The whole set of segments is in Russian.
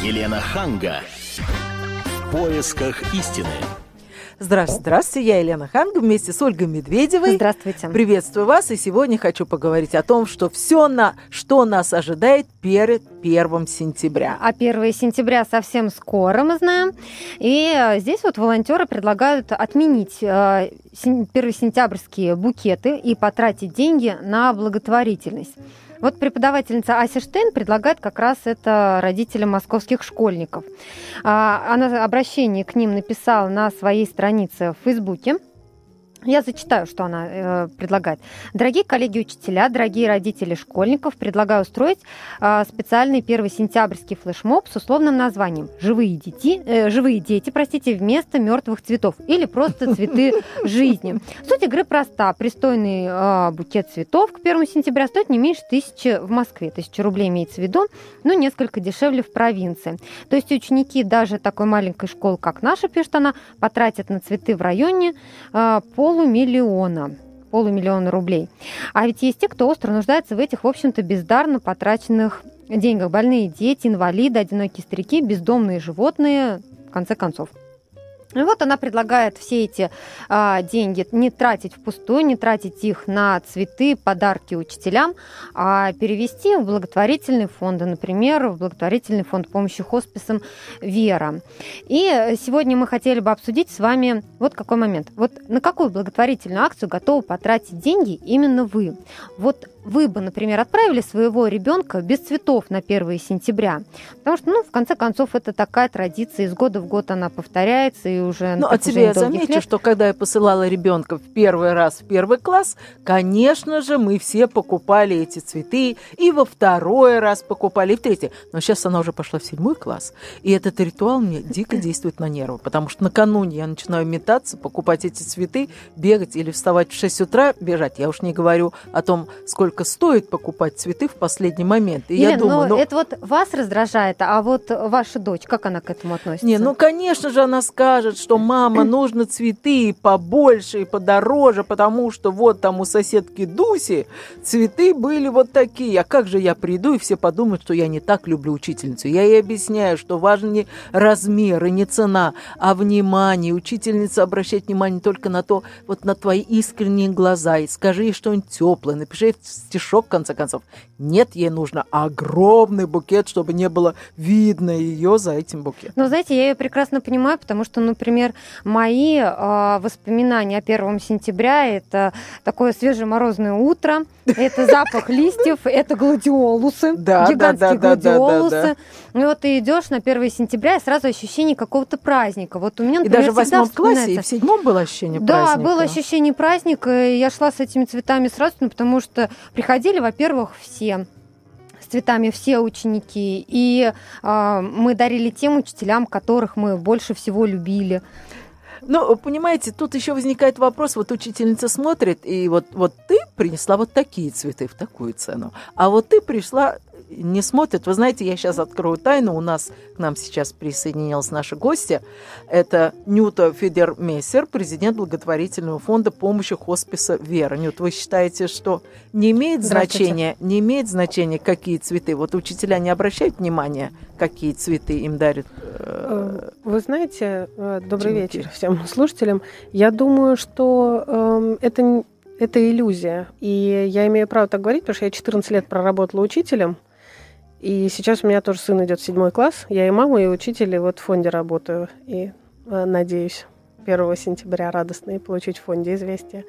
Елена Ханга. В поисках истины. Здравствуйте, здравствуйте, я Елена Ханга вместе с Ольгой Медведевой. Здравствуйте. Приветствую вас, и сегодня хочу поговорить о том, что что нас ожидает перед 1 сентября. А 1 сентября совсем скоро, мы знаем. И здесь вот волонтеры предлагают отменить первосентябрьские букеты и потратить деньги на благотворительность. Вот преподавательница Ася Штейн предлагает как раз это родителям московских школьников. Она обращение к ним написала на своей странице в Фейсбуке. Я зачитаю, что она предлагает. Дорогие коллеги-учителя, дорогие родители школьников, предлагаю устроить специальный 1-сентябрьский флешмоб с условным названием «Живые дети, вместо мертвых цветов» или просто «Цветы жизни». Суть игры проста. Пристойный букет цветов к 1 сентября стоит не меньше 1000 в Москве. 1000 рублей имеется в виду, но несколько дешевле в провинции. То есть ученики даже такой маленькой школы, как наша, пишет она, потратят на цветы в районе полумиллиона рублей. А ведь есть те, кто остро нуждается в этих, в общем-то, бездарно потраченных деньгах. Больные дети, инвалиды, одинокие старики, бездомные животные, в конце концов. И вот она предлагает все эти деньги не тратить впустую, не тратить их на цветы, подарки учителям, а перевести в благотворительные фонды, например, в благотворительный фонд помощи хосписам «Вера». И сегодня мы хотели бы обсудить с вами вот какой момент. Вот на какую благотворительную акцию готовы потратить деньги именно вы? Вот вы бы, например, отправили своего ребенка без цветов на 1 сентября, потому что, в конце концов, это такая традиция, из года в год она повторяется, и уже на тебе я замечу, что когда я посылала ребенка в первый раз в 1 класс, конечно же, мы все покупали эти цветы, и во второй раз покупали, и в третий. Но сейчас она уже пошла в 7 класс, и этот ритуал мне дико действует на нервы, потому что накануне я начинаю метаться, покупать эти цветы, бегать или вставать в 6 утра, бежать. Я уж не говорю о том, сколько стоит покупать цветы в последний момент. И Елена, я думаю, это вот вас раздражает, а вот ваша дочь, как она к этому относится? Конечно же, она скажет, что мама, нужно цветы побольше и подороже, потому что вот там у соседки Дуси цветы были вот такие. А как же я приду, и все подумают, что я не так люблю учительницу. Я ей объясняю, что важен не размер и не цена, а внимание. Учительница обращает внимание только на то, вот на твои искренние глаза. И скажи ей что-нибудь теплое, напиши ей стишок, в конце концов. Нет, ей нужно огромный букет, чтобы не было видно ее за этим букетом. Знаете, я ее прекрасно понимаю, потому что, например, мои воспоминания о 1 сентября – это такое свежее морозное утро, это запах листьев, это гладиолусы, гигантские гладиолусы. И вот ты идешь на 1 сентября, и сразу ощущение какого-то праздника. Вот у меня, например, и даже в 8 классе, и в 7 было ощущение праздника. Да, было ощущение праздника, и я шла с этими цветами сразу, потому что приходили, во-первых, все с цветами, все ученики, и мы дарили тем учителям, которых мы больше всего любили. Понимаете, тут еще возникает вопрос, вот учительница смотрит, и вот ты принесла вот такие цветы в такую цену, а вот ты пришла, не смотрит. Вы знаете, я сейчас открою тайну, к нам сейчас присоединилась наша гостья, это Нюта Федермессер, президент благотворительного фонда помощи хосписа «Вера». Нют, вы считаете, что не имеет значения, какие цветы? Вот учителя не обращают внимания, какие цветы им дарят? Вы знаете, добрый вечер всем слушателям. Я думаю, что это иллюзия. И я имею право так говорить, потому что я 14 лет проработала учителем. И сейчас у меня тоже сын идет в 7 класс. Я и мама, и учитель, и вот в фонде работаю. И надеюсь 1 сентября радостно и получить в фонде известие.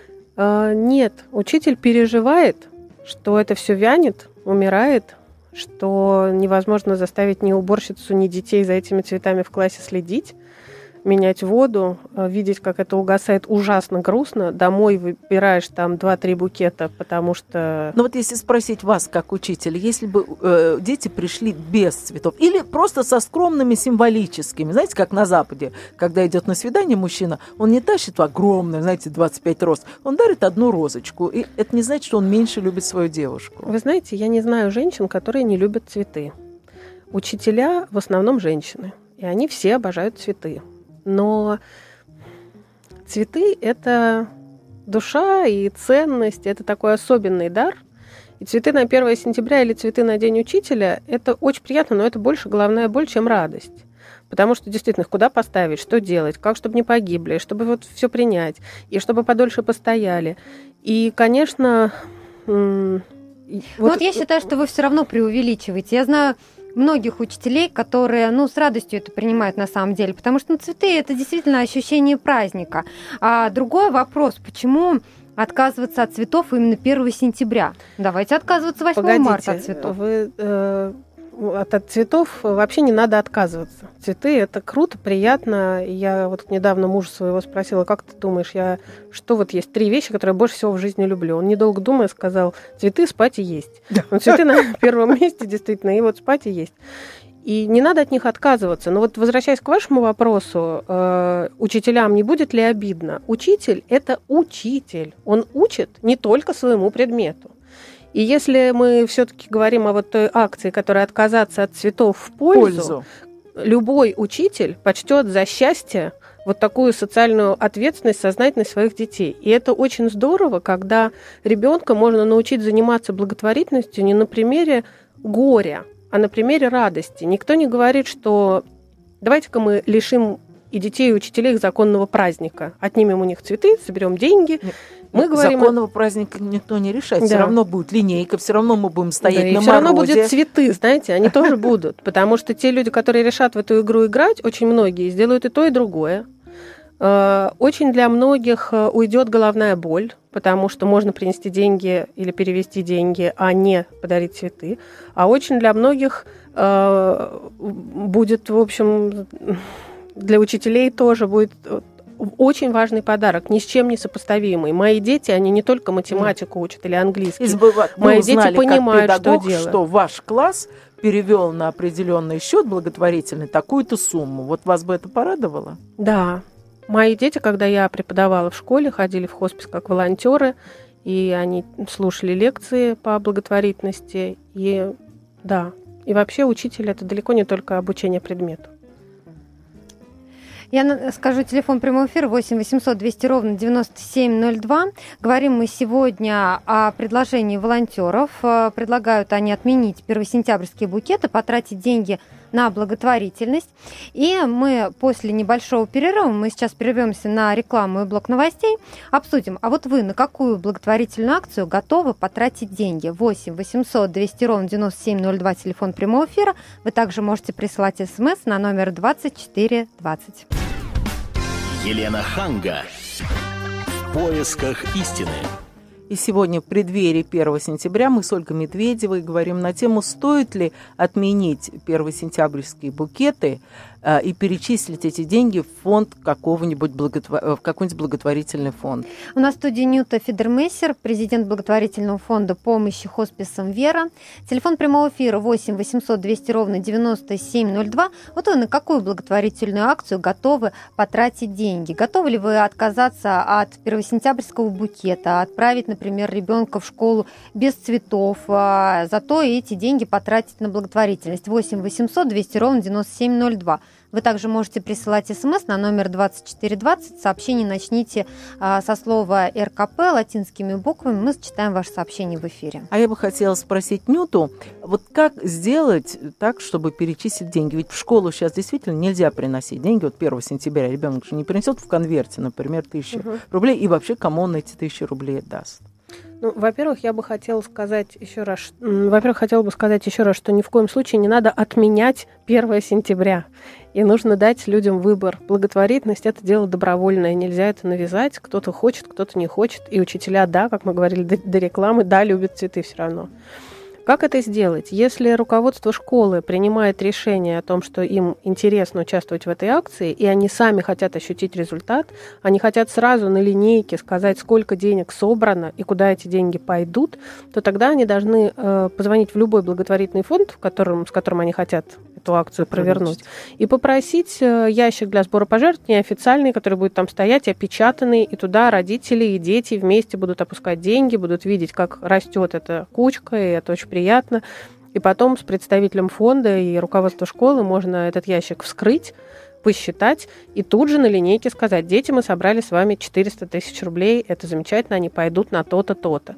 Нет, учитель переживает, что это все вянет, умирает, что невозможно заставить ни уборщицу, ни детей за этими цветами в классе следить, менять воду, видеть, как это угасает, ужасно грустно. Домой выбираешь там 2-3 букета, потому что... Если спросить вас, как учитель, если бы дети пришли без цветов или просто со скромными символическими, знаете, как на Западе, когда идет на свидание мужчина, он не тащит огромное, 25 роз, он дарит одну розочку, и это не значит, что он меньше любит свою девушку. Вы знаете, я не знаю женщин, которые не любят цветы. Учителя в основном женщины, и они все обожают цветы. Но цветы – это душа и ценность, это такой особенный дар. И цветы на 1 сентября или цветы на День учителя – это очень приятно, но это больше головная боль, чем радость. Потому что действительно их куда поставить, что делать, как, чтобы не погибли, чтобы вот все принять, и чтобы подольше постояли. И, конечно... Вот я считаю, что вы все равно преувеличиваете. Я знаю многих учителей, которые, с радостью это принимают на самом деле, потому что цветы – это действительно ощущение праздника. А другой вопрос, почему отказываться от цветов именно 1 сентября? Давайте отказываться 8 марта от цветов. От цветов вообще не надо отказываться. Цветы – это круто, приятно. Я вот недавно мужа своего спросила, как ты думаешь, что вот есть 3 вещи, которые я больше всего в жизни люблю. Он, недолго думая, сказал: цветы, спать и есть. Цветы на первом месте, действительно, и вот спать и есть. И не надо от них отказываться. Но вот возвращаясь к вашему вопросу, учителям не будет ли обидно? Учитель – это учитель. Он учит не только своему предмету. И если мы все-таки говорим о вот той акции, которая отказаться от цветов в пользу, любой учитель почтет за счастье вот такую социальную ответственность, сознательность своих детей. И это очень здорово, когда ребенка можно научить заниматься благотворительностью не на примере горя, а на примере радости. Никто не говорит, что давайте-ка мы лишим и детей, и учителей их законного праздника. Отнимем у них цветы, соберем деньги. Мы говорим, законного праздника никто не решает. Да. Все равно будет линейка, все равно мы будем стоять на морозе. Все равно будут цветы, знаете, они тоже будут. Потому что те люди, которые решат в эту игру играть, очень многие сделают и то, и другое. Очень для многих уйдет головная боль, потому что можно принести деньги или перевести деньги, а не подарить цветы. А очень для многих будет, в общем, для учителей тоже будет очень важный подарок, ни с чем не сопоставимый. Мои дети, они не только математику учат или английский. Мои дети понимают, что делать. Что ваш класс перевел на определенный счет благотворительный такую-то сумму. Вот вас бы это порадовало? Да. Мои дети, когда я преподавала в школе, ходили в хоспис как волонтеры, и они слушали лекции по благотворительности. И да, и вообще учитель – это далеко не только обучение предмету. Я скажу, телефон прямого эфира 8 800 200 ровно 9702. Говорим мы сегодня о предложении волонтеров. Предлагают они отменить первосентябрьские букеты, потратить деньги на благотворительность. И мы после небольшого перерыва, мы сейчас прервемся на рекламу и блок новостей, обсудим, а вот вы на какую благотворительную акцию готовы потратить деньги? 8 800 200 ровно 9702, телефон прямого эфира. Вы также можете присылать смс на номер 2420. Елена Ханга. В поисках истины. И сегодня в преддверии 1 сентября мы с Ольгой Медведевой говорим на тему, стоит ли отменить первосентябрьские букеты и перечислить эти деньги в фонд в какой-нибудь благотворительный фонд. У нас в студии Нюта Федермессер, президент благотворительного фонда помощи хосписам «Вера». Телефон прямого эфира 8 800 200 ровно 9702. Вот вы на какую благотворительную акцию готовы потратить деньги? Готовы ли вы отказаться от первосентябрьского букета, отправить, например, ребенка в школу без цветов, зато эти деньги потратить на благотворительность? 8 800 200 ровно 9702. Вы также можете присылать смс на номер 2420. Сообщение начните со слова РКП латинскими буквами. Мы зачитаем ваше сообщение в эфире. А я бы хотела спросить Нюту, вот как сделать так, чтобы перечислить деньги? Ведь в школу сейчас действительно нельзя приносить деньги. Вот 1 сентября ребенок же не принесет в конверте, например, 1000 рублей. И вообще, кому он эти 1000 рублей даст? Ну, во-первых, я бы хотела сказать еще раз, что ни в коем случае не надо отменять 1 сентября. И нужно дать людям выбор. Благотворительность – это дело добровольное, нельзя это навязать. Кто-то хочет, кто-то не хочет. И учителя, да, как мы говорили до рекламы, да, любят цветы все равно. Как это сделать? Если руководство школы принимает решение о том, что им интересно участвовать в этой акции, и они сами хотят ощутить результат, они хотят сразу на линейке сказать, сколько денег собрано и куда эти деньги пойдут, то тогда они должны позвонить в любой благотворительный фонд, с которым они хотят эту акцию провернуть, и попросить ящик для сбора пожертвований официальный, который будет там стоять, опечатанный, и туда родители и дети вместе будут опускать деньги, будут видеть, как растет эта кучка, и это очень приятно. И потом с представителем фонда и руководством школы можно этот ящик вскрыть, посчитать и тут же на линейке сказать: дети, мы собрали с вами 400 000 рублей, это замечательно, они пойдут на то-то, то-то.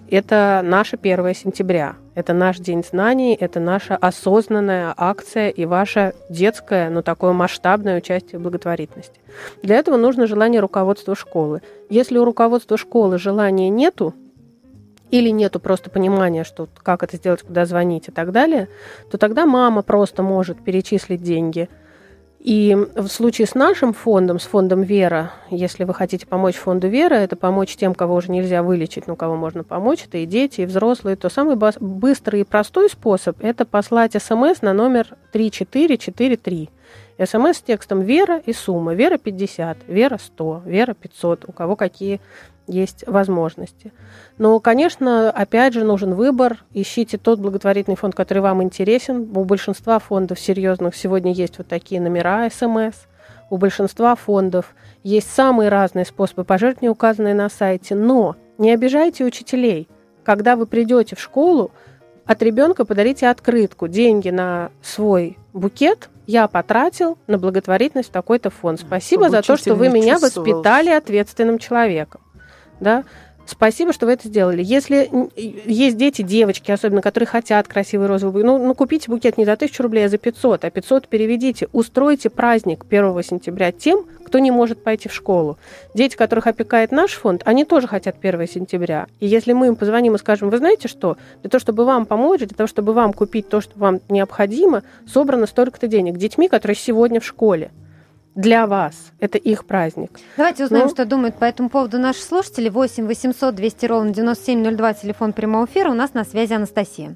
это наше 1 сентября. Это наш День знаний, это наша осознанная акция и ваше детское, но такое масштабное участие в благотворительности. Для этого нужно желание руководства школы. Если у руководства школы желания нету, или нету просто понимания, что как это сделать, куда звонить и так далее, то тогда мама просто может перечислить деньги. И в случае с нашим фондом, с фондом «Вера», если вы хотите помочь фонду «Вера», это помочь тем, кого уже нельзя вылечить, но кого можно помочь, это и дети, и взрослые, то самый быстрый и простой способ – это послать СМС на номер 3443. СМС с текстом «Вера» и сумма. «Вера» 50, «Вера» 100, «Вера» 500, у кого какие есть возможности. Но, конечно, опять же, нужен выбор. Ищите тот благотворительный фонд, который вам интересен. У большинства фондов серьезных сегодня есть вот такие номера СМС. У большинства фондов есть самые разные способы пожертвования, указанные на сайте. Но не обижайте учителей. Когда вы придете в школу, от ребенка подарите открытку. Деньги на свой букет я потратил на благотворительность в такой-то фонд. Спасибо за то, что вы меня воспитали ответственным человеком. Да? Спасибо, что вы это сделали. Если есть дети, девочки, особенно, которые хотят красивый розовый букет, ну, купите букет не за 1000 рублей, а за 500, а 500 переведите. Устройте праздник 1 сентября тем, кто не может пойти в школу. Дети, которых опекает наш фонд, они тоже хотят 1 сентября. И если мы им позвоним и скажем, вы знаете что, для того, чтобы вам помочь, для того, чтобы вам купить то, что вам необходимо, собрано столько-то денег детьми, которые сегодня в школе. Для вас. Это их праздник. Давайте узнаем, что думают по этому поводу наши слушатели. 8 800 200 ровно 9702, телефон прямого эфира. У нас на связи Анастасия.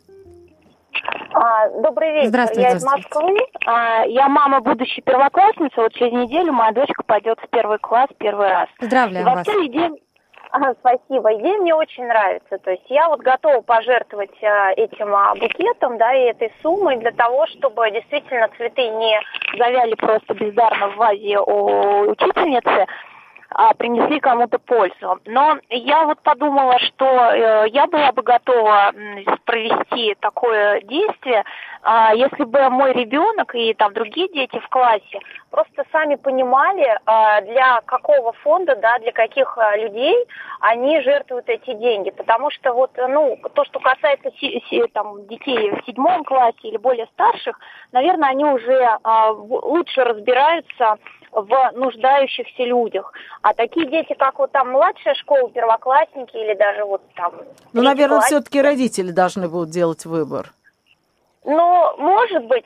Добрый вечер. Здравствуйте. Я из Москвы. Я мама будущей первоклассницы. Вот через неделю моя дочка пойдет в 1 класс первый раз. Поздравляю вас. Спасибо. Идея мне очень нравится. То есть я вот готова пожертвовать этим букетом, да, и этой суммой для того, чтобы действительно цветы не завяли просто бездарно в вазе у учительницы, а принесли кому-то пользу. Но я вот подумала, что я была бы готова провести такое действие, если бы мой ребенок и там другие дети в классе просто сами понимали, для какого фонда, да, для каких людей они жертвуют эти деньги. Потому что вот, то, что касается там, детей в 7 классе или более старших, наверное, они уже лучше разбираются в нуждающихся людях. А такие дети, как вот там младшая школа, первоклассники или даже вот там... Ну, наверное, все-таки родители должны будут делать выбор. Может быть,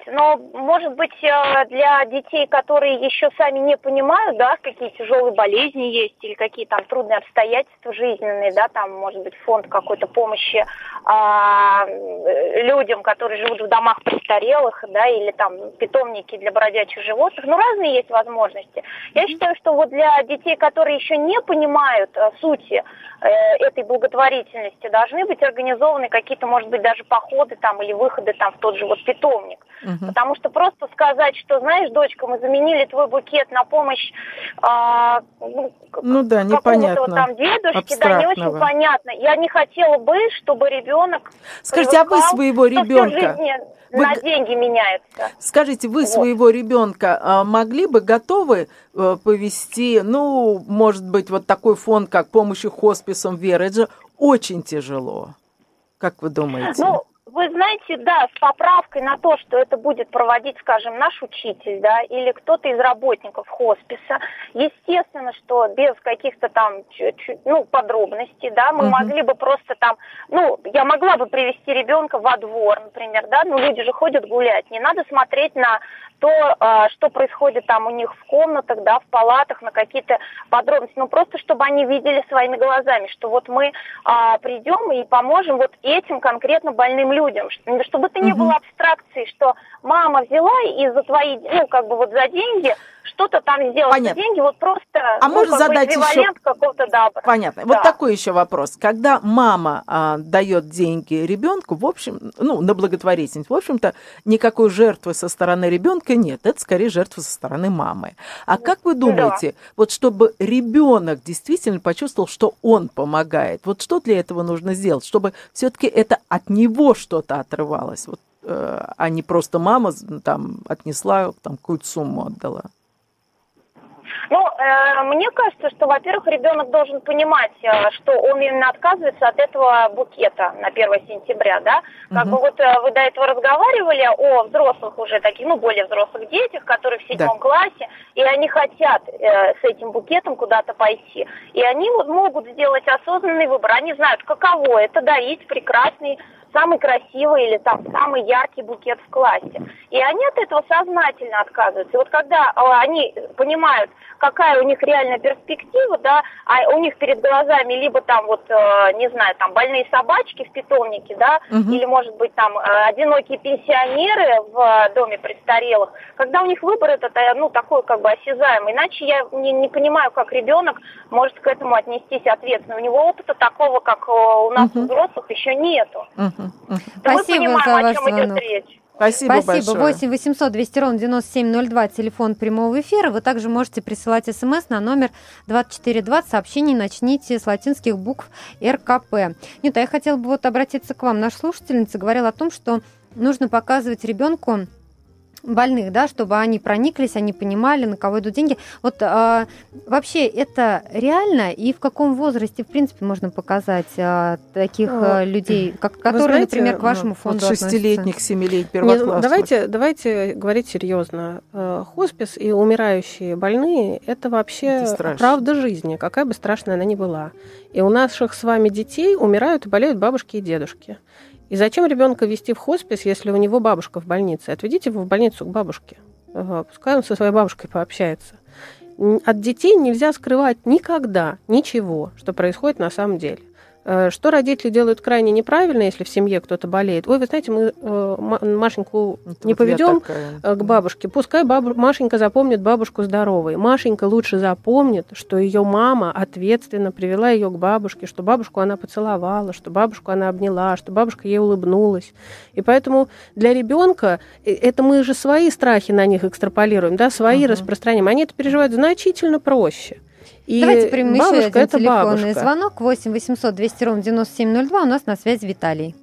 для детей, которые еще сами не понимают, да, какие тяжелые болезни есть или какие там трудные обстоятельства жизненные, да, там, может быть, фонд какой-то помощи людям, которые живут в домах престарелых, да, или там питомники для бродячих животных, разные есть возможности. Я считаю, что вот для детей, которые еще не понимают сути этой благотворительности, должны быть организованы какие-то, может быть, даже походы там или выходы там в тот же вот питомник. Потому что просто сказать, что, знаешь, дочка, мы заменили твой букет на помощь какому-то там дедушке, да, не очень понятно. Я не хотела бы, чтобы ребенок... Скажите, а вы своего ребенка... на деньги меняются. Скажите, вы своего ребенка могли бы, готовы повести, может быть, вот такой фонд, как помощи хосписам «Вера»? Это же очень тяжело. Как вы думаете? Вы знаете, да, с поправкой на то, что это будет проводить, скажем, наш учитель, да, или кто-то из работников хосписа. Естественно, что без каких-то там, подробностей, да, мы могли бы просто там, я могла бы привести ребенка во двор, например, да, люди же ходят гулять. Не надо смотреть на то, что происходит там у них в комнатах, да, в палатах, на какие-то подробности, просто чтобы они видели своими глазами, что вот мы придем и поможем вот этим конкретно больным людям, чтобы это не было абстракцией, что мама взяла и за твои, за деньги что-то там сделала. Понятно. Деньги вот просто, можно задать еще какого-то добра. Понятно. Да. Вот такой еще вопрос. Когда мама дает деньги ребенку, в общем, на благотворительность, в общем-то, никакой жертвы со стороны ребенка нет. Это скорее жертва со стороны мамы. А как вы думаете, вот чтобы ребенок действительно почувствовал, что он помогает, вот что для этого нужно сделать, чтобы все-таки это от него что-то отрывалось, вот, а не просто мама там отнесла, там какую-то сумму отдала? мне кажется, что, во-первых, ребенок должен понимать, что он именно отказывается от этого букета на 1 сентября, да? Как бы вот вы до этого разговаривали о взрослых уже таких, более взрослых детях, которые в 7 классе, и они хотят с этим букетом куда-то пойти. И они вот могут сделать осознанный выбор. Они знают, каково это дарить прекрасный, самый красивый или там самый яркий букет в классе. И они от этого сознательно отказываются. И вот когда они понимают, какая у них реальная перспектива, да, а у них перед глазами либо там вот, не знаю, там больные собачки в питомнике, да, или, может быть, там одинокие пенсионеры в доме престарелых, когда у них выбор этот, такой как бы осязаемый. Иначе я не понимаю, как ребенок может к этому отнестись ответственно. У него опыта такого, как у нас у взрослых, еще нету. Спасибо за ваш звонок. Спасибо большое. 8 800 200 ровно 9702, телефон прямого эфира. Вы также можете присылать смс на номер 2420. Сообщение начните с латинских букв РКП. Нюта, я хотела бы обратиться к вам. Наша слушательница говорила о том, что нужно показывать ребенку больных, да, чтобы они прониклись, они понимали, на кого идут деньги. Вот вообще это реально и в каком возрасте, в принципе, можно показать таких людей, которые, знаете, например, к вашему фонду относятся? 6-летних, 7-летних, первоклассных. Давайте говорить серьезно. Хоспис и умирающие больные – это вообще правда жизни, какая бы страшная она ни была. И у наших с вами детей умирают и болеют бабушки и дедушки. И зачем ребенка везти в хоспис, если у него бабушка в больнице? Отведите его в больницу к бабушке. Пускай он со своей бабушкой пообщается. От детей нельзя скрывать никогда ничего, что происходит на самом деле. Что родители делают крайне неправильно, если в семье кто-то болеет. Ой, вы знаете, мы Машеньку не поведем к бабушке. Пускай Машенька запомнит бабушку здоровой. Машенька лучше запомнит, что ее мама ответственно привела ее к бабушке, что бабушку она поцеловала, что бабушку она обняла, что бабушка ей улыбнулась. И поэтому для ребенка, это мы же свои страхи на них экстраполируем, да, свои распространяем. Они это переживают значительно проще. И давайте примем еще один телефонный бабушка. Звонок. 8 800 200 ровно 9702. У нас на связи Виталий.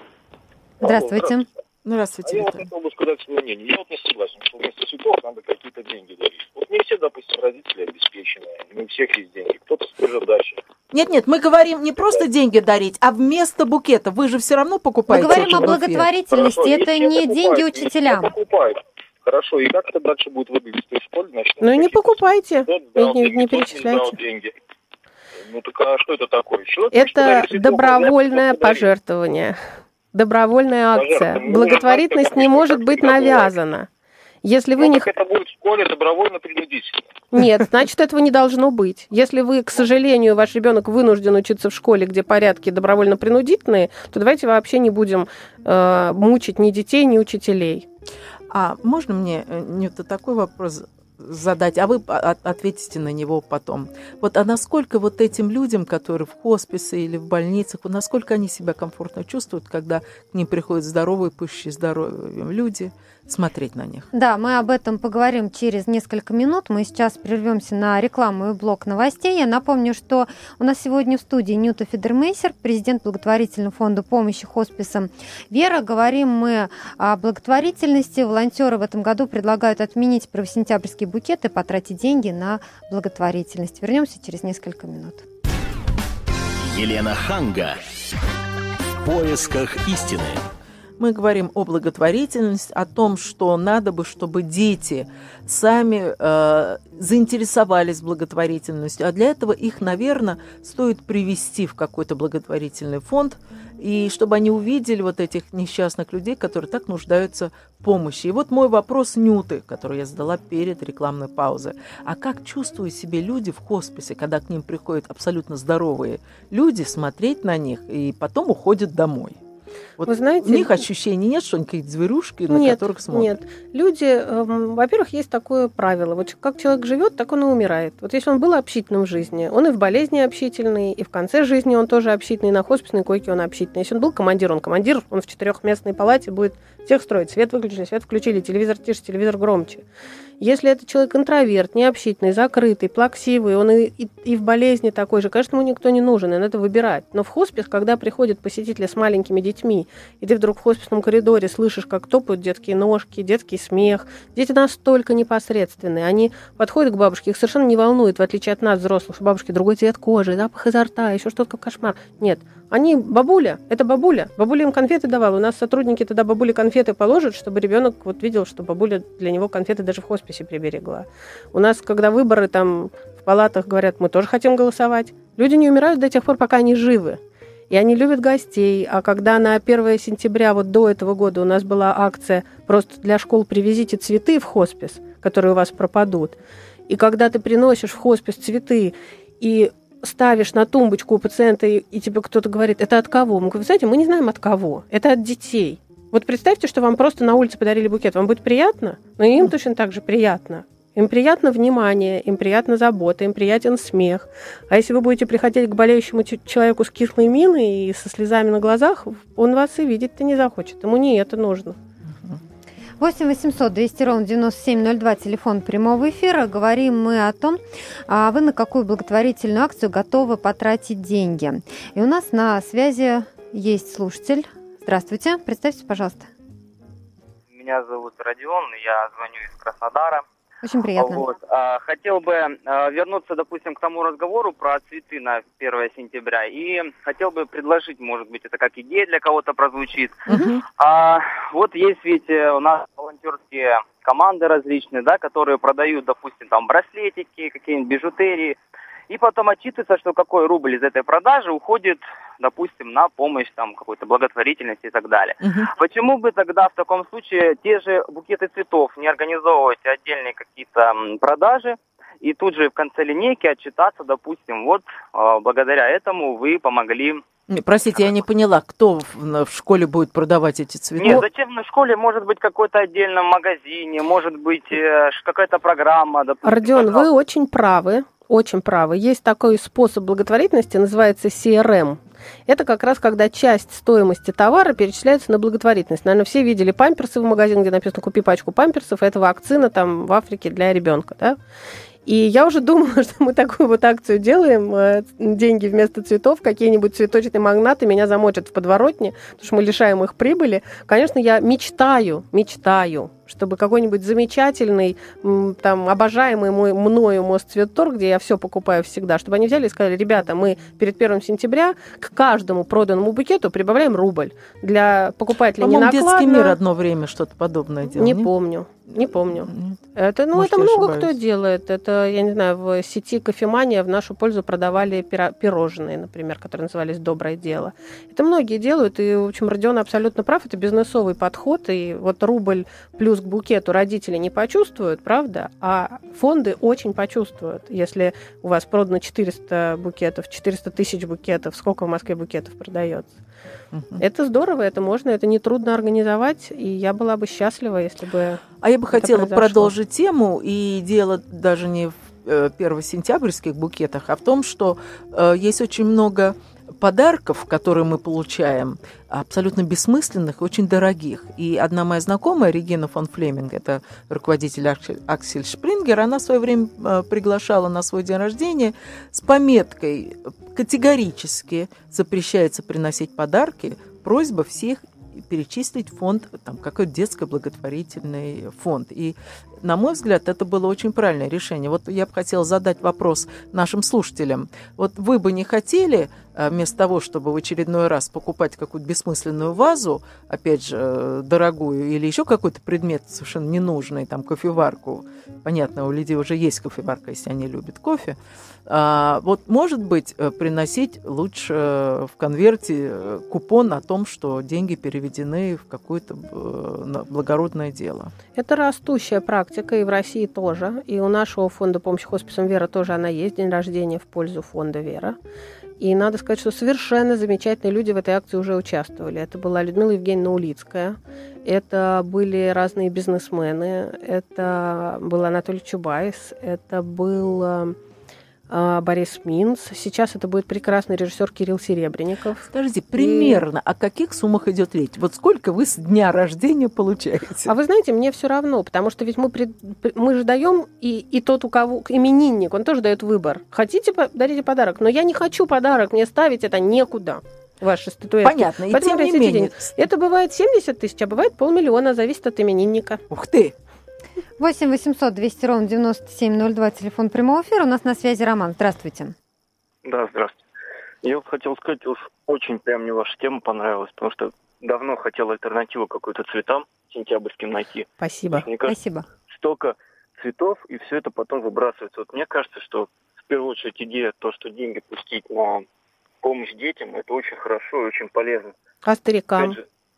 Здравствуйте. Здравствуйте, я хотел бы сказать свое мнение. Я не согласен, что вместо цветов надо какие-то деньги дарить. Вот не все, допустим, родители обеспеченные, не у всех есть деньги, кто-то стрижет дачи. Нет, мы говорим не просто деньги дарить, а вместо букета. Вы же все равно покупаете. Мы говорим о благотворительности. Хорошо, это не деньги учителям. Хорошо, и как это дальше будет выглядеть в школе? Ну и не покупайте, не перечисляйте. Деньги. Ну так а что это такое? Это добровольное пожертвование, добровольная акция. Благотворительность не может быть навязана. Если вы это будет в школе добровольно-принудительно. Нет, значит, этого не должно быть. Если вы, к сожалению, ваш ребенок вынужден учиться в школе, где порядки добровольно-принудительные, то давайте вообще не будем мучить ни детей, ни учителей. А можно мне, Нюта, такой вопрос задать, а вы ответите на него потом. Вот, а насколько вот этим людям, которые в хосписе или в больницах, вот насколько они себя комфортно чувствуют, когда к ним приходят здоровые, пышущие здоровьем люди, смотреть на них? Да, мы об этом поговорим через несколько минут. Мы сейчас прервемся на рекламу и блок новостей. Я напомню, что у нас сегодня в студии Нюта Федермейсер, президент благотворительного фонда помощи хосписам «Вера». Говорим мы о благотворительности. Волонтеры в этом году предлагают отменить первосентябрьские букеты, потратить деньги на благотворительность. Вернемся через несколько минут. Елена Ханга. В поисках истины. Мы говорим о благотворительности, о том, что надо бы, чтобы дети сами заинтересовались благотворительностью. А для этого их, наверное, стоит привести в какой-то благотворительный фонд, и чтобы они увидели вот этих несчастных людей, которые так нуждаются в помощи. И вот мой вопрос Нюты, который я задала перед рекламной паузой. А как чувствуют себя люди в хосписе, когда к ним приходят абсолютно здоровые люди, смотреть на них и потом уходят домой? Вот вы знаете, у них ощущений нет, что они какие-то зверюшки, на которых смотрят? Нет, люди, во-первых, есть такое правило. Вот как человек живет, так он и умирает. Вот если он был общительным в жизни, он и в болезни общительный, и в конце жизни он тоже общительный, на хосписной койке он общительный. Если он был командир, он в 4-местной палате будет всех строить. Свет выключили, свет включили, телевизор тише, телевизор громче. Если это человек интроверт, необщительный, закрытый, плаксивый, он и в болезни такой же, конечно, ему никто не нужен, и надо выбирать. Но в хоспис, когда приходят посетители с маленькими детьми, и ты вдруг в хосписном коридоре слышишь, как топают детские ножки, детский смех. Дети настолько непосредственные. Они подходят к бабушке, их совершенно не волнует, в отличие от нас, взрослых, что бабушки другой цвет кожи, запах изо рта, еще что-то, как кошмар. Нет. Они бабуля, это бабуля. Бабуля им конфеты давала. У нас сотрудники тогда бабуле конфеты положат, чтобы ребенок вот видел, что бабуля для него конфеты даже в хосписе приберегла. У нас, когда выборы там в палатах говорят, мы тоже хотим голосовать, люди не умирают до тех пор, пока они живы. И они любят гостей. А когда на 1 сентября, вот до этого года, у нас была акция просто для школ «Привезите цветы в хоспис», которые у вас пропадут. И когда ты приносишь в хоспис цветы и ставишь на тумбочку у пациента, и тебе кто-то говорит, это от кого? Мы говорим, знаете, мы не знаем от кого, это от детей. Вот представьте, что вам просто на улице подарили букет, вам будет приятно? Но им точно так же приятно. Им приятно внимание, им приятна забота, им приятен смех. А если вы будете приходить к болеющему человеку с кислой миной и со слезами на глазах, он вас и видеть-то не захочет, ему не это нужно. 8 800 200 ровно 9702, телефон прямого эфира. Говорим мы о том, вы на какую благотворительную акцию готовы потратить деньги. И у нас на связи есть слушатель. Здравствуйте, представьте, пожалуйста. Меня зовут Родион, я звоню из Краснодара. Очень приятно. Вот. Хотел бы вернуться, допустим, к тому разговору про цветы на 1 сентября. И хотел бы предложить, может быть, это как идея для кого-то прозвучит. Вот есть ведь у нас волонтерские команды различные, да, которые продают, допустим, там браслетики, какие-нибудь бижутерии. И потом отчитывается, что какой рубль из этой продажи уходит, допустим, на помощь там какой-то благотворительности и так далее. Почему бы тогда в таком случае те же букеты цветов не организовывать отдельные какие-то продажи и тут же в конце линейки отчитаться, допустим, вот благодаря этому вы помогли. Простите, я не поняла, кто в школе будет продавать эти цветы? Нет, зачем на школе? Может быть, какой-то отдельном магазине, может быть, какая-то программа. Допустим, Родион, пожалуйста. вы очень правы. Очень правы. Есть такой способ благотворительности, называется CRM. Это как раз когда часть стоимости товара перечисляется на благотворительность. Наверное, все видели памперсы в магазине, где написано «Купи пачку памперсов». Это вакцина там в Африке для ребенка, да? И я уже думала, что мы такую вот акцию делаем, деньги вместо цветов, какие-нибудь цветочные магнаты меня замочат в подворотне, потому что мы лишаем их прибыли. Конечно, я мечтаю, чтобы какой-нибудь замечательный, там, обожаемый мною Мосцветторг, где я все покупаю всегда, чтобы они взяли и сказали, ребята, мы перед 1 сентября к каждому проданному букету прибавляем рубль. Для покупателя не накладно. Детский мир одно время что-то подобное делал. Не помню. Это много кто делает. Это, я не знаю, в сети «Кофемания» в нашу пользу продавали пирожные, например, которые назывались «Доброе дело». Это многие делают, и, в общем, Родион абсолютно прав, это бизнесовый подход, и вот рубль плюс к букету родители не почувствуют, правда, а фонды очень почувствуют. Если у вас продано 400 букетов, 400 тысяч букетов, сколько в Москве букетов продается? Это здорово, это можно, это нетрудно организовать, и я была бы счастлива, если бы А я бы хотела произошло. продолжить тему, и дело даже не в 1-сентябрьских букетах, а в том, что есть очень много подарков, которые мы получаем, абсолютно бессмысленных, очень дорогих. И одна моя знакомая, Регина фон Флеминг, это руководитель Аксель Шпрингер, она в свое время приглашала на свой день рождения с пометкой «Категорически запрещается приносить подарки, просьба всех перечислить фонд, там, какой-то детский благотворительный фонд». И, на мой взгляд, это было очень правильное решение. Вот я бы хотела задать вопрос нашим слушателям. Вот вы бы не хотели, вместо того, чтобы в очередной раз покупать какую-то бессмысленную вазу, опять же, дорогую, или еще какой-то предмет совершенно ненужный, там, кофеварку, понятно, у людей уже есть кофеварка, если они любят кофе, вот, может быть, приносить лучше в конверте купон о том, что деньги переведены в какое-то благородное дело. Это растущая практика, и в России тоже. И у нашего фонда помощи хосписам «Вера» тоже она есть, день рождения в пользу фонда «Вера». И надо сказать, что совершенно замечательные люди в этой акции уже участвовали. Это была Людмила Евгеньевна Улицкая, это были разные бизнесмены, это был Анатолий Чубайс, это был Борис Минц. Сейчас это будет прекрасный режиссер Кирилл Серебренников. Скажите, примерно о каких суммах идет речь? Вот сколько вы с дня рождения получаете? А вы знаете, мне все равно, потому что ведь мы же даем, и тот, у кого именинник, он тоже дает выбор. Хотите, дарите подарок, но я не хочу подарок, мне ставить это некуда. ваши статуэтки. Понятно, и Поэтому тем не менее. денег. Это бывает 70 тысяч, а бывает 500 000, зависит от именинника. Ух ты! 8 800 200 ровно 9702, телефон прямого эфира. У нас на связи Роман. Здравствуйте. Да, здравствуйте. Я вот хотел сказать, уж очень прям мне ваша тема понравилась, потому что давно хотел альтернативу какую-то цветам сентябрьским найти. Спасибо. Мне кажется, Спасибо. столько цветов, и все это потом выбрасывается. Вот мне кажется, что в первую очередь идея, то, что деньги пустить на помощь детям, это очень хорошо и очень полезно. А старикам? Опять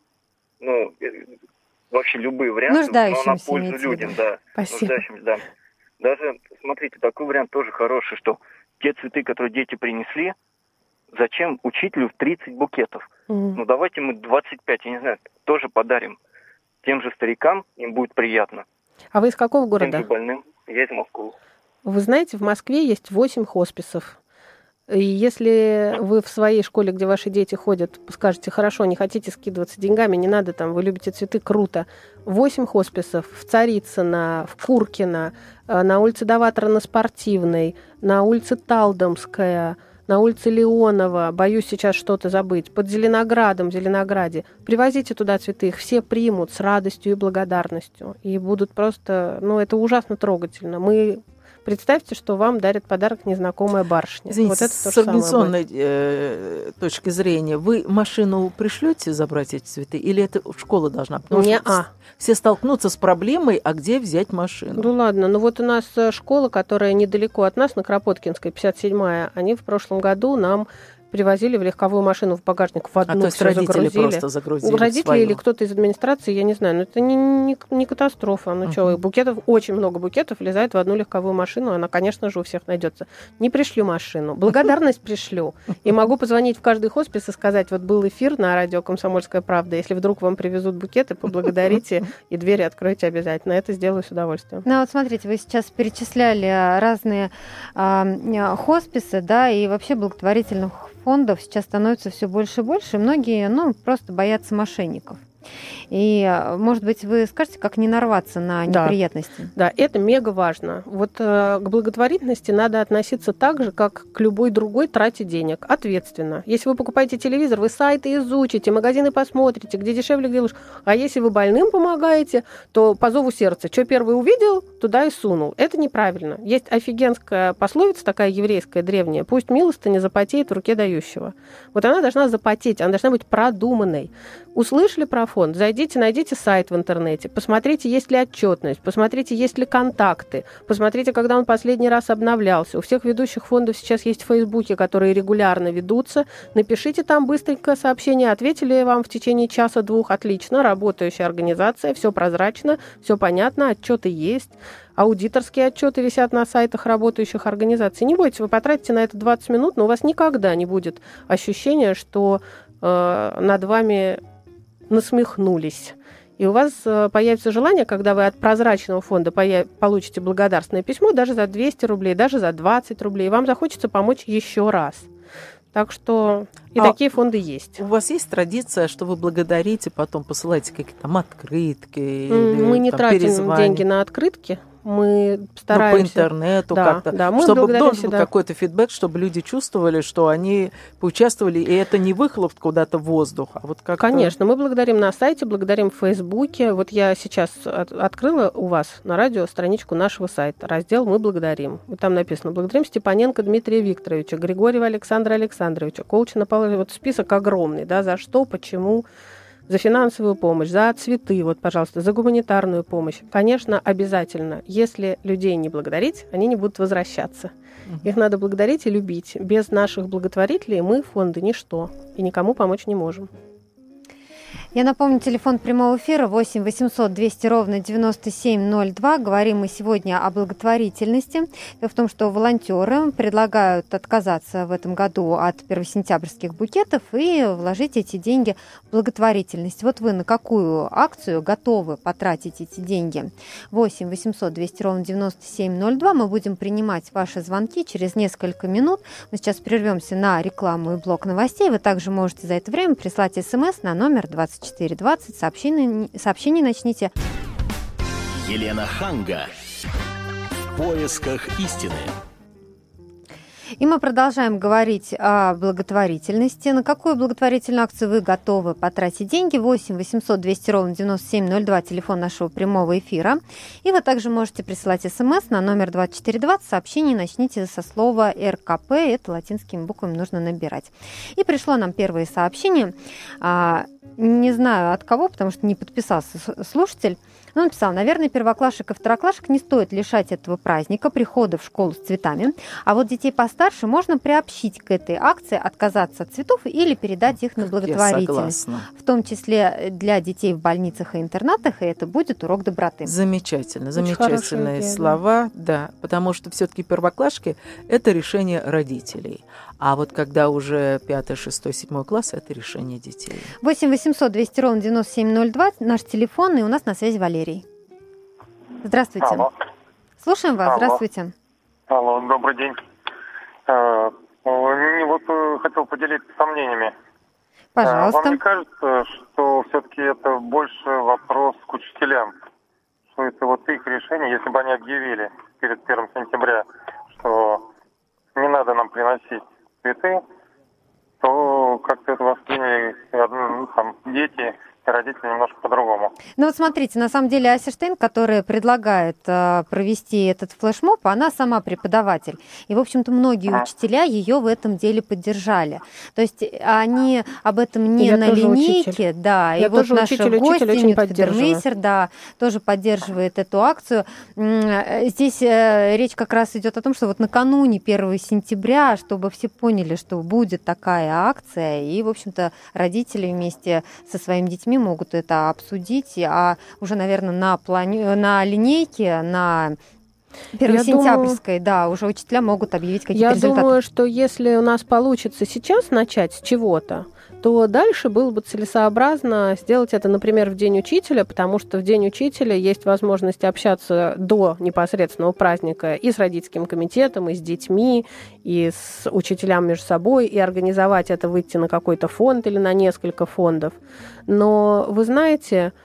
же, вообще любые варианты, но Нуждающимся, на пользу имеется в виду. людям, да. Спасибо. Нуждающимся, да. Даже, смотрите, такой вариант тоже хороший, что те цветы, которые дети принесли, зачем учителю 30 букетов? Ну, давайте мы 25, я не знаю, тоже подарим тем же старикам, им будет приятно. А вы из какого Тем города? же больным. Я из Москвы. Вы знаете, в Москве есть 8 хосписов. И если вы в своей школе, где ваши дети ходят, скажете, хорошо, не хотите скидываться деньгами, не надо, там, вы любите цветы, круто. 8 хосписов в Царицыно, в Куркино, на улице Даватора на Спортивной, на улице Талдомская, на улице Леонова, боюсь сейчас что-то забыть, под Зеленоградом, в Зеленограде. Привозите туда цветы, их все примут с радостью и благодарностью. И будут просто, это ужасно трогательно. Представьте, что вам дарит подарок незнакомая барышня. Извините, вот это с организационной точки зрения, вы машину пришлете забрать эти цветы, или это школа должна? Потому что все столкнутся с проблемой, а где взять машину? Ну ладно, вот у нас школа, которая недалеко от нас, на Кропоткинской, 57-я, они в прошлом году нам привозили в легковую машину в багажник в одну, то есть родители просто загрузили родители свою. Или кто-то из администрации, я не знаю, но это не катастрофа. Букетов, очень много букетов влезает в одну легковую машину, она, конечно же, у всех найдется. Не пришлю машину, благодарность пришлю. И могу позвонить в каждый хоспис и сказать, вот был эфир на радио «Комсомольская правда», если вдруг вам привезут букеты, поблагодарите и двери откройте обязательно. Это сделаю с удовольствием. Ну вот смотрите, вы сейчас перечисляли разные хосписы, да, и вообще благотворительных фондов сейчас становится все больше и больше, и многие, просто боятся мошенников. И, может быть, вы скажете, как не нарваться на неприятности? Да, это мега важно. Вот к благотворительности надо относиться так же, как к любой другой трате денег, ответственно. Если вы покупаете телевизор, вы сайты изучите, магазины посмотрите, где дешевле, где лучше. А если вы больным помогаете, то по зову сердца, что первый увидел, туда и сунул. Это неправильно. Есть офигенская пословица, такая еврейская, древняя: «Пусть милостыня запотеет в руке дающего». Вот она должна запотеть, она должна быть продуманной. Услышали про фонд? Зайдите, найдите сайт в интернете, посмотрите, есть ли отчетность, посмотрите, есть ли контакты, посмотрите, когда он последний раз обновлялся. У всех ведущих фондов сейчас есть фейсбуки, которые регулярно ведутся. Напишите там быстренько сообщение, ответили вам в течение часа-двух. Отлично, работающая организация, все прозрачно, все понятно, отчеты есть. Аудиторские отчеты висят на сайтах работающих организаций. Не бойтесь, вы потратите на это 20 минут, но у вас никогда не будет ощущения, что над вами насмехнулись. И у вас появится желание, когда вы от прозрачного фонда получите благодарственное письмо даже за 200 рублей, даже за 20 рублей, и вам захочется помочь еще раз. Так что и такие фонды есть. У вас есть традиция, что вы благодарите, потом посылаете какие-то там открытки? Мы не тратим деньги на открытки. Мы стараемся... по интернету как-то. Да, мы чтобы должен был какой-то фидбэк, чтобы люди чувствовали, что они поучаствовали, и это не выхлоп куда-то в воздух, а вот как-то... Конечно, мы благодарим на сайте, благодарим в Фейсбуке. Вот я сейчас открыла у вас на радио страничку нашего сайта, раздел «Мы благодарим». И там написано: благодарим Степаненко Дмитрия Викторовича, Григорьева Александра Александровича, Колчина Павла. Вот список огромный, да, за что, почему... За финансовую помощь, за цветы, вот, пожалуйста, за гуманитарную помощь. Конечно, обязательно. Если людей не благодарить, они не будут возвращаться. Их надо благодарить и любить. Без наших благотворителей мы, фонды, ничто. И никому помочь не можем. Я напомню, телефон прямого эфира 8 800 200 ровно 9702. Говорим мы сегодня о благотворительности. Дело в том, что волонтеры предлагают отказаться в этом году от первосентябрьских букетов и вложить эти деньги в благотворительность. Вот вы на какую акцию готовы потратить эти деньги? 8 800 200 ровно 9702. Мы будем принимать ваши звонки через несколько минут. Мы сейчас прервемся на рекламу и блок новостей. Вы также можете за это время прислать СМС на номер 2420. Сообщение начните. Елена Ханга. В поисках истины. И мы продолжаем говорить о благотворительности. На какую благотворительную акцию вы готовы потратить деньги? 8 800 200 ровно 9702, телефон нашего прямого эфира. И вы также можете присылать смс на номер 2420. Сообщение начните со слова РКП. Это латинскими буквами нужно набирать. И пришло нам первое сообщение. Не знаю от кого, потому что не подписался слушатель. Но он написал: наверное, первоклашек и второклашек не стоит лишать этого праздника прихода в школу с цветами, а вот детей постарше можно приобщить к этой акции, отказаться от цветов или передать их на благотворительность. В том числе для детей в больницах и интернатах, и это будет урок доброты. Замечательно, замечательные слова, да, потому что все-таки первоклашки – это решение родителей. А вот когда уже 5, 6, 7 класс – это решение детей. 8 800 200 ровно 9702, наш телефон, и у нас на связи Валерий. Здравствуйте. Алло. Слушаем вас. Алло. Здравствуйте. Алло, добрый день. Хотел поделиться сомнениями. Пожалуйста. Вам не кажется, что все-таки это больше вопрос к учителям? Что это вот их решение, если бы они объявили перед 1 сентября, что не надо нам приносить цветы, то как-то это восприняли дети и родители немножко по-другому. Ну вот смотрите, на самом деле Ася Штейн, которая предлагает провести этот флешмоб, она сама преподаватель. И, в общем-то, многие учителя ее в этом деле поддержали. То есть они об этом не на линейке. Да, и вот наша гостья, Федермейсер, да, тоже поддерживает эту акцию. Здесь речь как раз идет о том, что вот накануне 1 сентября, чтобы все поняли, что будет такая акция, и, в общем-то, родители вместе со своими детьми могут это обсудить, а уже, наверное, на линейке, на 1-сентябрьской, да, уже учителя могут объявить какие-то результаты. Я думаю, что если у нас получится сейчас начать с чего-то, то дальше было бы целесообразно сделать это, например, в День учителя, потому что в День учителя есть возможность общаться до непосредственного праздника и с родительским комитетом, и с детьми, и с учителям между собой, и организовать это, выйти на какой-то фонд или на несколько фондов. Но вы знаете,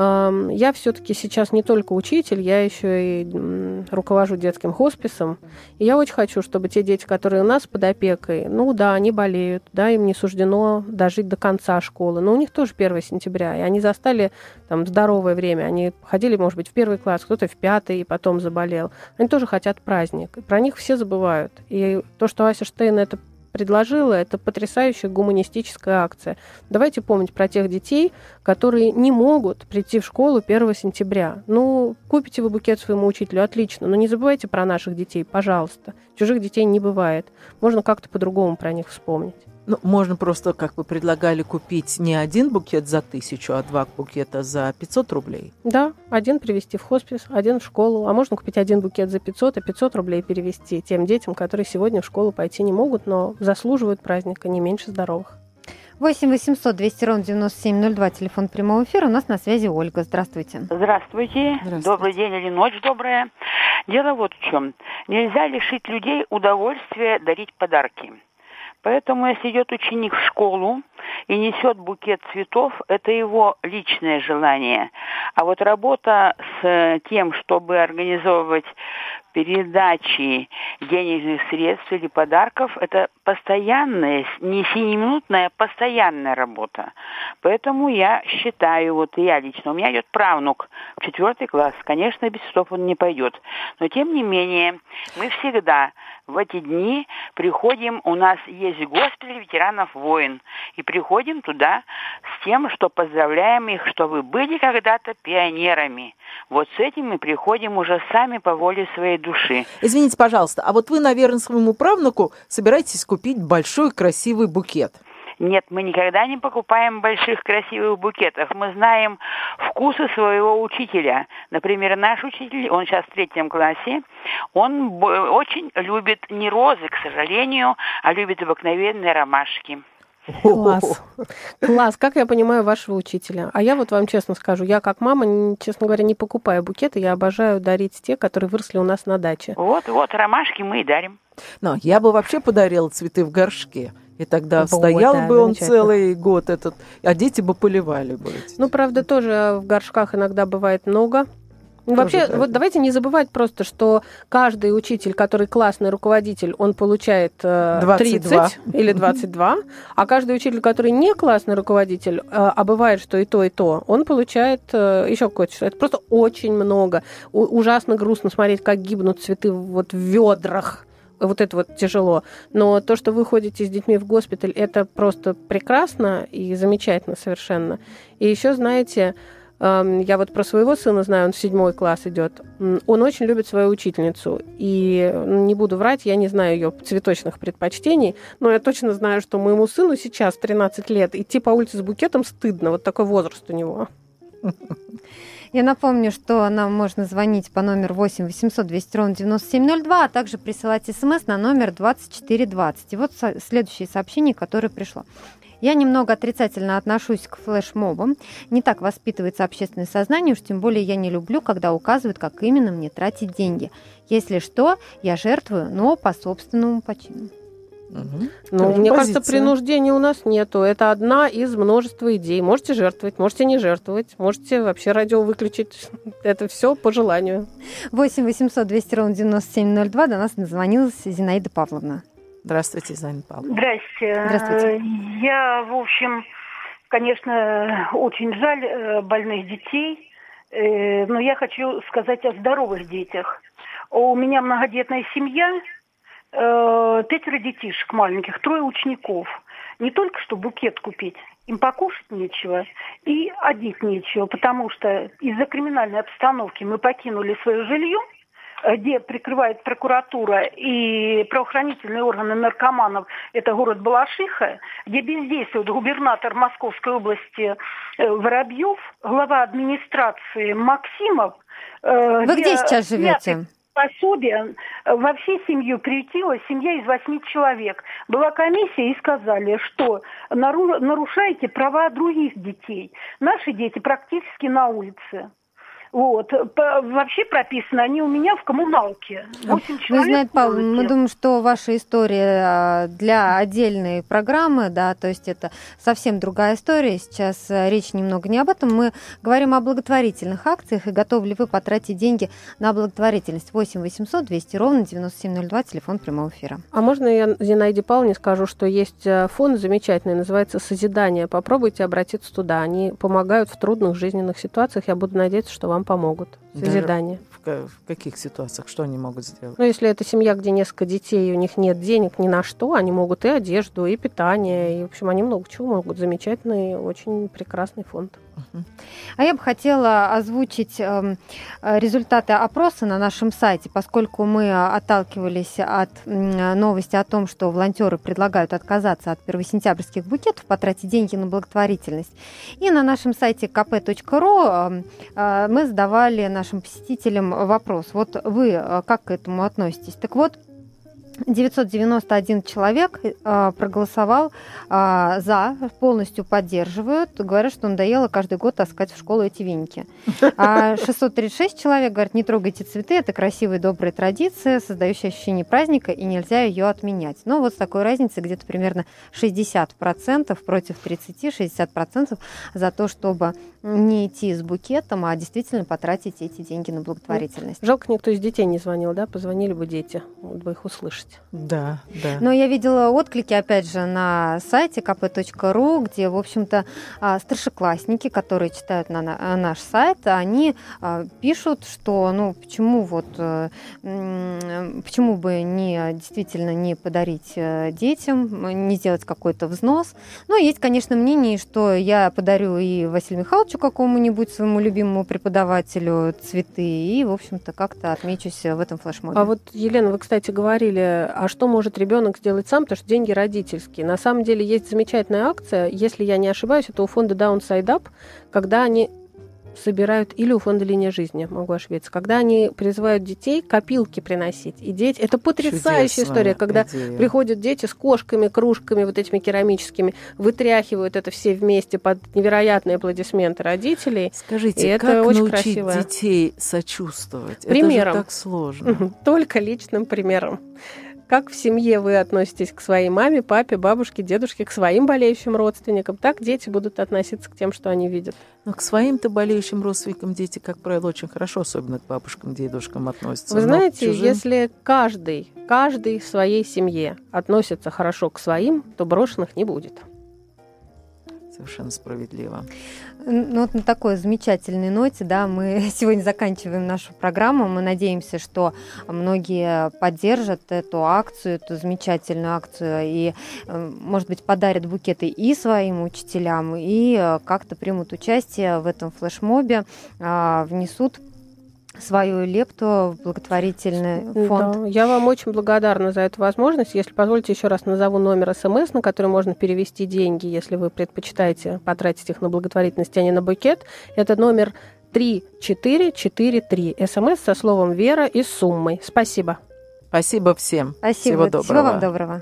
я все-таки сейчас не только учитель, я еще и руковожу детским хосписом. И я очень хочу, чтобы те дети, которые у нас под опекой, ну да, они болеют, да, им не суждено дожить до конца школы, но у них тоже 1 сентября, и они застали там здоровое время. Они ходили, может быть, в 1 класс, кто-то в 5 и потом заболел. Они тоже хотят праздник. Про них все забывают. И то, что Ася Штейн это предложила, это потрясающая гуманистическая акция. Давайте помнить про тех детей, которые не могут прийти в школу 1 сентября. Ну, купите вы букет своему учителю, отлично, но не забывайте про наших детей, пожалуйста. Чужих детей не бывает. Можно как-то по-другому про них вспомнить. Ну, можно просто, как вы предлагали, купить не 1 букет за 1000, а 2 букета за 500 рублей. Да, 1 привезти в хоспис, 1 в школу. А можно купить 1 букет за 500, а 500 рублей перевести тем детям, которые сегодня в школу пойти не могут, но заслуживают праздника не меньше здоровых. 8 800 200 ровно 9702, телефон прямого эфира. У нас на связи Ольга. Здравствуйте. Здравствуйте. Добрый день или ночь добрая. Дело вот в чем. Нельзя лишить людей удовольствия дарить подарки. Поэтому, если идет ученик в школу и несет букет цветов, это его личное желание. А вот работа с тем, чтобы организовывать передачи денежных средств или подарков, это постоянная, не сиюминутная, а постоянная работа. Поэтому я считаю, вот я лично, у меня идет правнук в 4 класс, конечно, без цветов он не пойдет. Но тем не менее, мы всегда в эти дни приходим, у нас есть госпиталь ветеранов войн, и приходим туда с тем, что поздравляем их, что вы были когда-то пионерами. Вот с этим мы приходим уже сами по воле своей души. Извините, пожалуйста, а вот вы, наверное, своему правнуку собираетесь купить большой красивый букет? Нет, мы никогда не покупаем больших красивых букетов. Мы знаем вкусы своего учителя. Например, наш учитель, он сейчас в 3 классе, он очень любит не розы, к сожалению, а любит обыкновенные ромашки. Класс. Класс, как я понимаю вашего учителя. А я вот вам честно скажу, я как мама, честно говоря, не покупаю букеты, я обожаю дарить те, которые выросли у нас на даче. Вот, ромашки мы и дарим. Но я бы вообще подарила цветы в горшке. И тогда стоял бы он целый год этот, а дети бы поливали бы. Ну, правда, тоже в горшках иногда бывает много. Вообще, вот давайте не забывать просто, что каждый учитель, который классный руководитель, он получает 30 или 22, а каждый учитель, который не классный руководитель, а бывает, что и то, он получает еще какое-то число. Это просто очень много. Ужасно грустно смотреть, как гибнут цветы вот в ведрах. Вот это вот тяжело. Но то, что вы ходите с детьми в госпиталь, это просто прекрасно и замечательно совершенно. И еще, знаете, я вот про своего сына знаю, он в 7 класс идет. Он очень любит свою учительницу. И не буду врать, я не знаю ее цветочных предпочтений, но я точно знаю, что моему сыну сейчас 13 лет. Идти по улице с букетом стыдно. Вот такой возраст у него. Я напомню, что нам можно звонить по номеру 8 800 200 ровно 9702, а также присылать смс на номер 2420. И вот следующее сообщение, которое пришло. Я немного отрицательно отношусь к флешмобам. Не так воспитывается общественное сознание, уж тем более я не люблю, когда указывают, как именно мне тратить деньги. Если что, я жертвую, но по собственному почину. Ну, мне кажется, принуждения у нас нету. Это одна из множества идей. Можете жертвовать, можете не жертвовать, можете вообще радио выключить. Это все по желанию. 8 800 200 ровно 9702. До нас дозвонилась Зинаида Павловна. Здравствуйте, Зинаида Павловна. Здрасте. Здравствуйте. Я, в общем, конечно, очень жаль больных детей, но я хочу сказать о здоровых детях. У меня многодетная семья, 5 детишек маленьких, 3 учеников. Не только что букет купить, им покушать нечего и одеть нечего, потому что из-за криминальной обстановки мы покинули свое жилье, где прикрывает прокуратура и правоохранительные органы наркоманов, это город Балашиха, где бездействует губернатор Московской области Воробьев, глава администрации Максимов. Вы где сейчас живете? Пособие во всей семью приютила семья из 8 человек. Была комиссия и сказали, что нарушаете права других детей. Наши дети практически на улице. Вот. Вообще прописано, они у меня в коммуналке. 8 человек. Вы знаете, Павел, мы думаем, что ваша история для отдельной программы, да, то есть это совсем другая история. Сейчас речь немного не об этом. Мы говорим о благотворительных акциях и готовы ли вы потратить деньги на благотворительность. 8 800 200 ровно 9702, телефон прямого эфира. А можно я Зинаиде Павловне скажу, что есть фонд замечательный, называется «Созидание». Попробуйте обратиться туда. Они помогают в трудных жизненных ситуациях. Я буду надеяться, что вам помогут. Созидание. В каких ситуациях? Что они могут сделать? Ну, если это семья, где несколько детей, и у них нет денег ни на что, они могут и одежду, и питание, и, в общем, они много чего могут. Замечательный, очень прекрасный фонд. А я бы хотела озвучить результаты опроса на нашем сайте, поскольку мы отталкивались от новости о том, что волонтеры предлагают отказаться от первосентябрьских букетов, потратить деньги на благотворительность. И на нашем сайте kp.ru мы задавали нашим посетителям вопрос. Вот вы как к этому относитесь? Так вот, 991 человек проголосовал за, полностью поддерживают, говорят, что надоело каждый год таскать в школу эти веники. А 636 человек говорят, не трогайте цветы, это красивая добрая традиция, создающая ощущение праздника, и нельзя ее отменять. Но вот с такой разницей где-то примерно 60% против 30%, 60% за то, чтобы не идти с букетом, а действительно потратить эти деньги на благотворительность. Жалко, никто из детей не звонил, да? Позвонили бы дети, вот бы их услышать. Да, да. Но я видела отклики, опять же, на сайте kp.ru, где, в общем-то, старшеклассники, которые читают наш сайт, они пишут, что, ну, почему бы действительно не подарить детям, не сделать какой-то взнос. Но есть, конечно, мнение, что я подарю и Василию Михайловичу какому-нибудь своему любимому преподавателю цветы, и, в общем-то, как-то отмечусь в этом флешмобе. А вот, Елена, вы, кстати, говорили, а что может ребенок сделать сам, потому что деньги родительские. На самом деле есть замечательная акция, если я не ошибаюсь, это у фонда Downside Up, когда они собирают, или у фонда «Линия жизни», могу ошибиться, когда они призывают детей копилки приносить. И дети, это потрясающая история, когда приходят дети с кошками, кружками вот этими керамическими, вытряхивают это все вместе под невероятные аплодисменты родителей. Скажите, и как это очень научить красиво. Детей сочувствовать? Примером. Это же так сложно. Только личным примером. Как в семье вы относитесь к своей маме, папе, бабушке, дедушке, к своим болеющим родственникам, так дети будут относиться к тем, что они видят. Но к своим-то болеющим родственникам дети, как правило, очень хорошо, особенно к бабушкам, дедушкам относятся. Вы знаете, если каждый в своей семье относится хорошо к своим, то брошенных не будет. Совершенно справедливо. Ну, вот на такой замечательной ноте, да, мы сегодня заканчиваем нашу программу. Мы надеемся, что многие поддержат эту акцию, эту замечательную акцию, и, может быть, подарят букеты и своим учителям, и как-то примут участие в этом флешмобе, внесут свою лепту в благотворительный фонд. Да, я вам очень благодарна за эту возможность. Если позволите, еще раз назову номер СМС, на который можно перевести деньги, если вы предпочитаете потратить их на благотворительность, а не на букет. Это номер 3443. СМС со словом «Вера» и суммой. Спасибо. Спасибо всем. Спасибо. Всего доброго. Всего вам доброго.